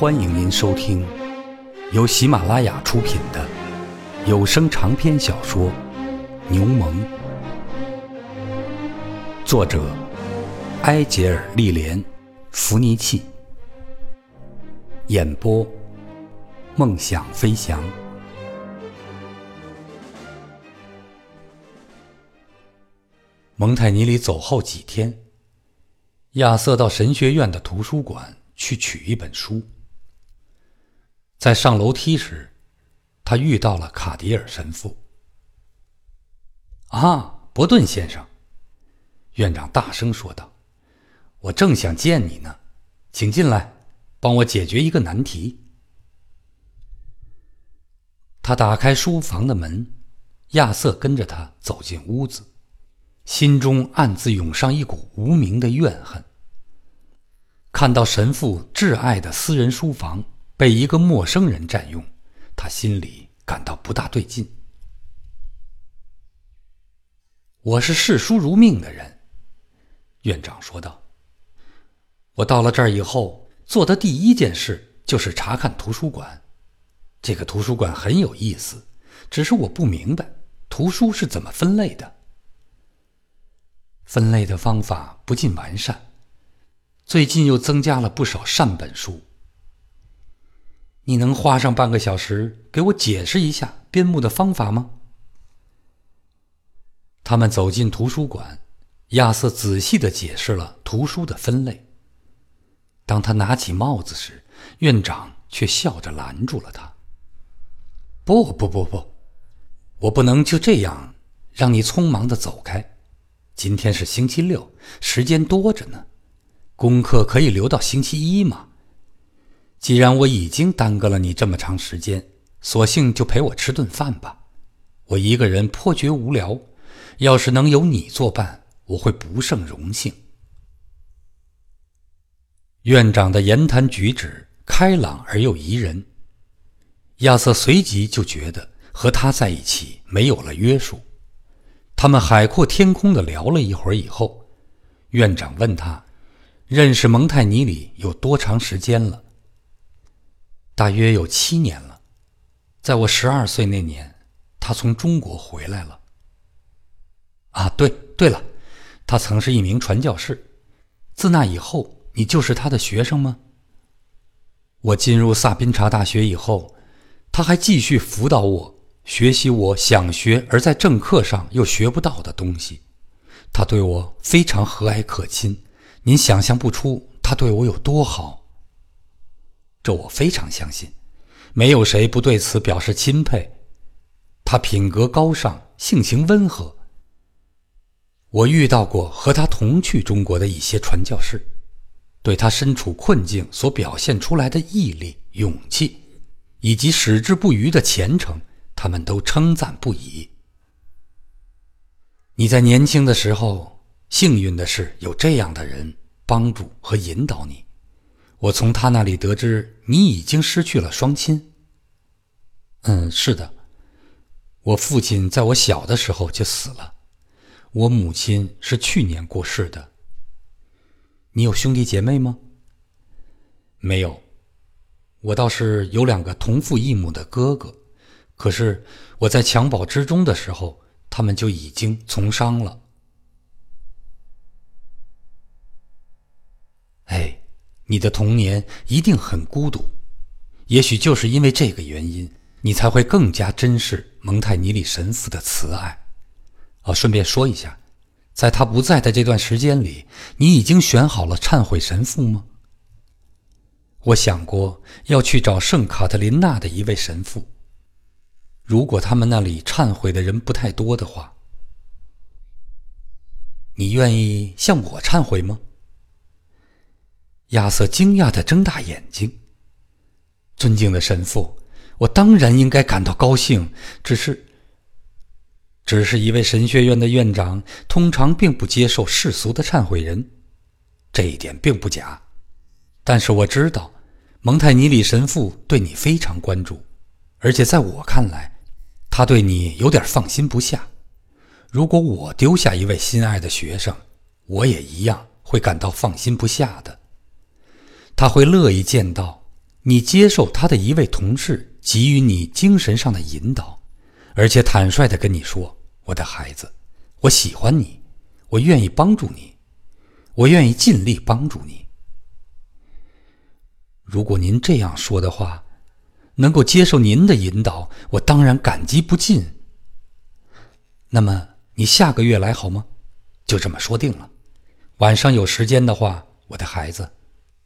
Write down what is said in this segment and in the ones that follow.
欢迎您收听由喜马拉雅出品的有声长篇小说《牛虻》，作者埃杰尔·利莲·弗尼契，演播梦想飞翔。蒙泰尼里走后几天，亚瑟到神学院的图书馆去取一本书。在上楼梯时，他遇到了卡迪尔神父。伯顿先生，院长大声说道，我正想见你呢，请进来，帮我解决一个难题。他打开书房的门，亚瑟跟着他走进屋子，心中暗自涌上一股无名的怨恨。看到神父挚爱的私人书房被一个陌生人占用，他心里感到不大对劲。我是视书如命的人，院长说道。我到了这儿以后，做的第一件事就是查看图书馆。这个图书馆很有意思，只是我不明白图书是怎么分类的。分类的方法不尽完善，最近又增加了不少善本书。你能花上半个小时给我解释一下编目的方法吗？他们走进图书馆，亚瑟仔细地解释了图书的分类。当他拿起帽子时，院长却笑着拦住了他。不，我不能就这样让你匆忙地走开。今天是星期六，时间多着呢，功课可以留到星期一嘛。既然我已经耽搁了你这么长时间，索性就陪我吃顿饭吧。我一个人颇觉无聊，要是能有你作伴，我会不胜荣幸。院长的言谈举止开朗而又宜人，亚瑟随即就觉得和他在一起没有了约束。他们海阔天空地聊了一会儿以后，院长问他认识蒙泰尼里有多长时间了。大约有7年了，在我12岁那年，他从中国回来了。对了，他曾是一名传教士。自那以后，你就是他的学生吗？我进入萨宾查大学以后，他还继续辅导我，学习我想学而在正课上又学不到的东西。他对我非常和蔼可亲，您想象不出他对我有多好。这我非常相信，没有谁不对此表示钦佩。他品格高尚，性情温和。我遇到过和他同去中国的一些传教士，对他身处困境所表现出来的毅力、勇气，以及矢志不渝的虔诚，他们都称赞不已。你在年轻的时候，幸运的是有这样的人帮助和引导你。我从他那里得知你已经失去了双亲。是的，我父亲在我小的时候就死了，我母亲是去年过世的。你有兄弟姐妹吗？没有，我倒是有2个同父异母的哥哥，可是我在襁褓之中的时候，他们就已经从商了。你的童年一定很孤独，也许就是因为这个原因，你才会更加珍视蒙泰尼里神父的慈爱。顺便说一下，在他不在的这段时间里，你已经选好了忏悔神父吗？我想过要去找圣卡特琳娜的一位神父，如果他们那里忏悔的人不太多的话。你愿意向我忏悔吗？亚瑟惊讶地睁大眼睛。尊敬的神父，我当然应该感到高兴，只是一位神学院的院长通常并不接受世俗的忏悔人，这一点并不假。但是我知道蒙泰尼里神父对你非常关注，而且在我看来，他对你有点放心不下。如果我丢下一位心爱的学生，我也一样会感到放心不下的。他会乐意见到你接受他的一位同事给予你精神上的引导，而且坦率地跟你说，我的孩子，我喜欢你，我愿意帮助你，我愿意尽力帮助你。如果您这样说的话，能够接受您的引导，我当然感激不尽。那么你下个月来好吗？就这么说定了。晚上有时间的话，我的孩子。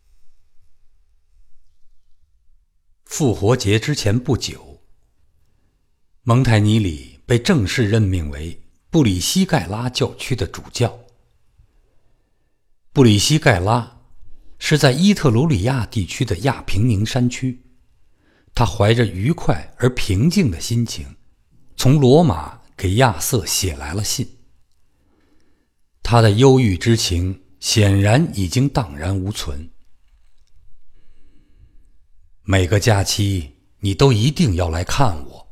复活节之前不久，蒙台尼里被正式任命为布里西盖拉教区的主教。布里西盖拉是在伊特鲁里亚地区的亚平宁山区，他怀着愉快而平静的心情，从罗马给亚瑟写来了信。他的忧郁之情显然已经荡然无存。每个假期你都一定要来看我。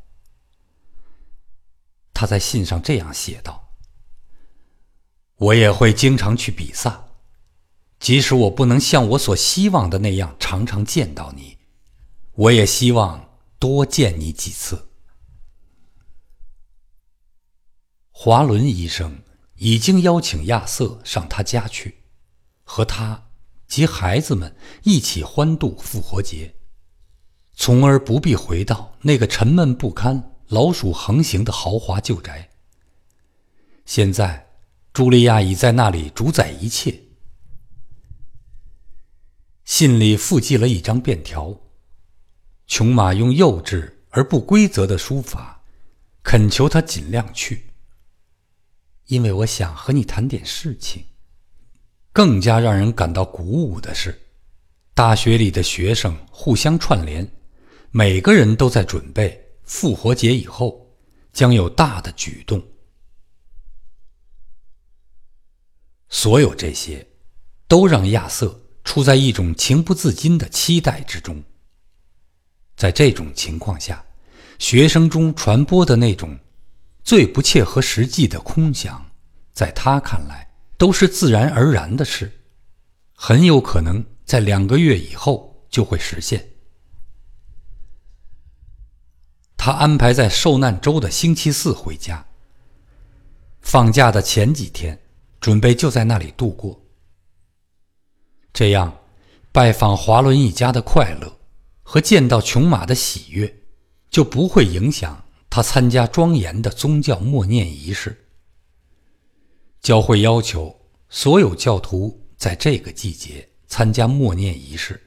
他在信上这样写道：我也会经常去比萨，即使我不能像我所希望的那样常常见到你，我也希望多见你几次。华伦医生已经邀请亚瑟上他家去，和他及孩子们一起欢度复活节，从而不必回到那个沉闷不堪、老鼠横行的豪华旧宅。现在茱莉亚已在那里主宰一切。信里附记了一张便条，琼玛用幼稚而不规则的书法恳求他尽量去，因为我想和你谈点事情。更加让人感到鼓舞的是，大学里的学生互相串联，每个人都在准备复活节以后将有大的举动。所有这些都让亚瑟处在一种情不自禁的期待之中。在这种情况下，学生中传播的那种最不切合实际的空想，在他看来都是自然而然的事，很有可能在2个月以后就会实现。他安排在受难周的星期4回家，放假的前几天准备就在那里度过。这样，拜访华伦一家的快乐和见到琼玛的喜悦就不会影响他参加庄严的宗教默念仪式。教会要求所有教徒在这个季节参加默念仪式。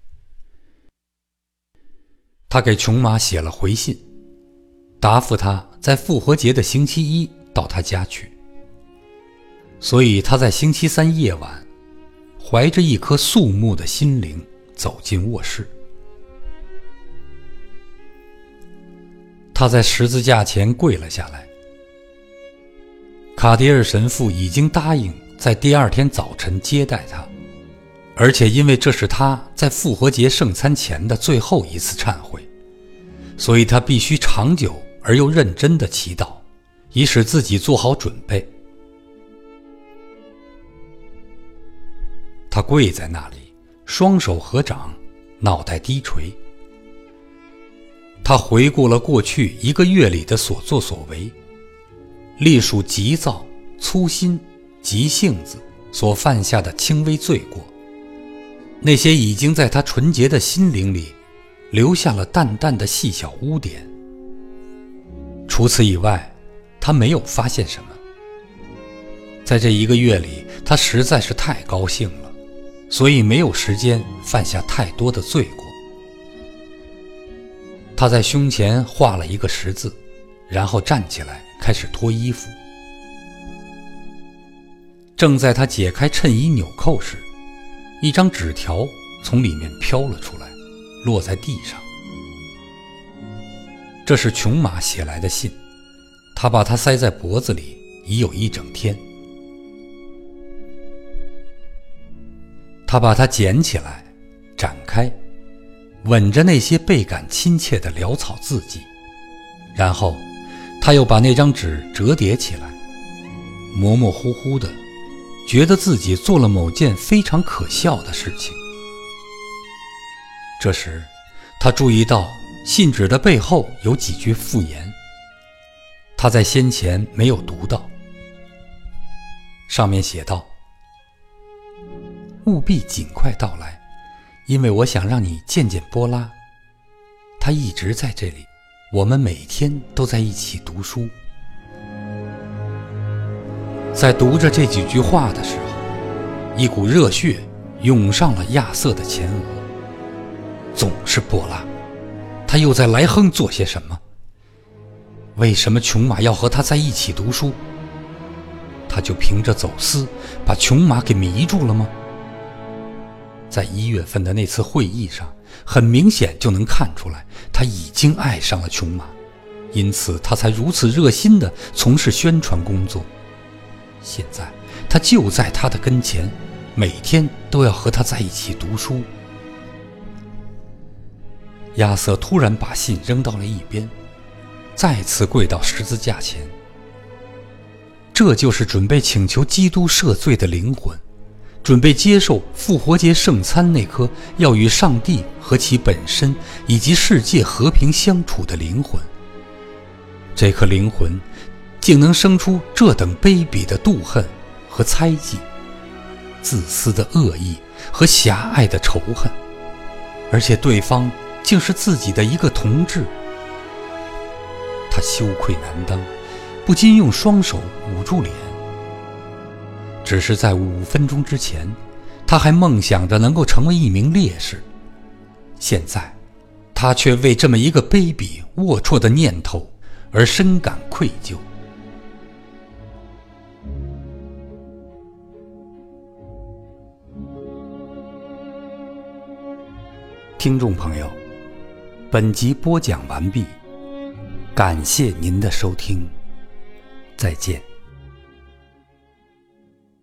他给琼玛写了回信，答复他在复活节的星期1到他家去。所以他在星期3夜晚怀着一颗肃穆的心灵走进卧室。他在十字架前跪了下来。卡迪尔神父已经答应在第2天早晨接待他，而且因为这是他在复活节圣餐前的最后一次忏悔，所以他必须长久而又认真地祈祷，以使自己做好准备。他跪在那里，双手合掌，脑袋低垂。他回顾了过去1个月里的所作所为，隶属急躁、粗心、急性子所犯下的轻微罪过，那些已经在他纯洁的心灵里留下了淡淡的细小污点。除此以外，他没有发现什么。在这1个月里，他实在是太高兴了，所以没有时间犯下太多的罪过。他在胸前画了一个十字，然后站起来开始脱衣服。正在他解开衬衣纽扣时，一张纸条从里面飘了出来，落在地上。这是琼玛写来的信，他把它塞在脖子里已有1整天。他把它捡起来，展开，吻着那些倍感亲切的潦草字迹，然后他又把那张纸折叠起来，模模糊糊的觉得自己做了某件非常可笑的事情。这时他注意到信纸的背后有几句附言，他在先前没有读到。上面写道：务必尽快到来，因为我想让你见见波拉。他一直在这里，我们每天都在一起读书。在读着这几句话的时候，一股热血涌上了亚瑟的前额。总是波拉，他又在莱亨做些什么？为什么琼玛要和他在一起读书？他就凭着走私把琼玛给迷住了吗？在1月份的那次会议上，很明显就能看出来，他已经爱上了琼玛，因此他才如此热心地从事宣传工作。现在他就在他的跟前，每天都要和他在一起读书。亚瑟突然把信扔到了一边，再次跪到十字架前。这就是准备请求基督赦罪的灵魂，准备接受复活节圣餐那颗要与上帝和其本身以及世界和平相处的灵魂。这颗灵魂竟能生出这等卑鄙的妒恨和猜忌，自私的恶意和狭隘的仇恨，而且对方竟是自己的一个同志。他羞愧难当，不禁用双手捂住脸。只是在5分钟之前，他还梦想着能够成为一名烈士，现在他却为这么一个卑鄙龌龊的念头而深感愧疚。听众朋友，本集播讲完毕，感谢您的收听，再见。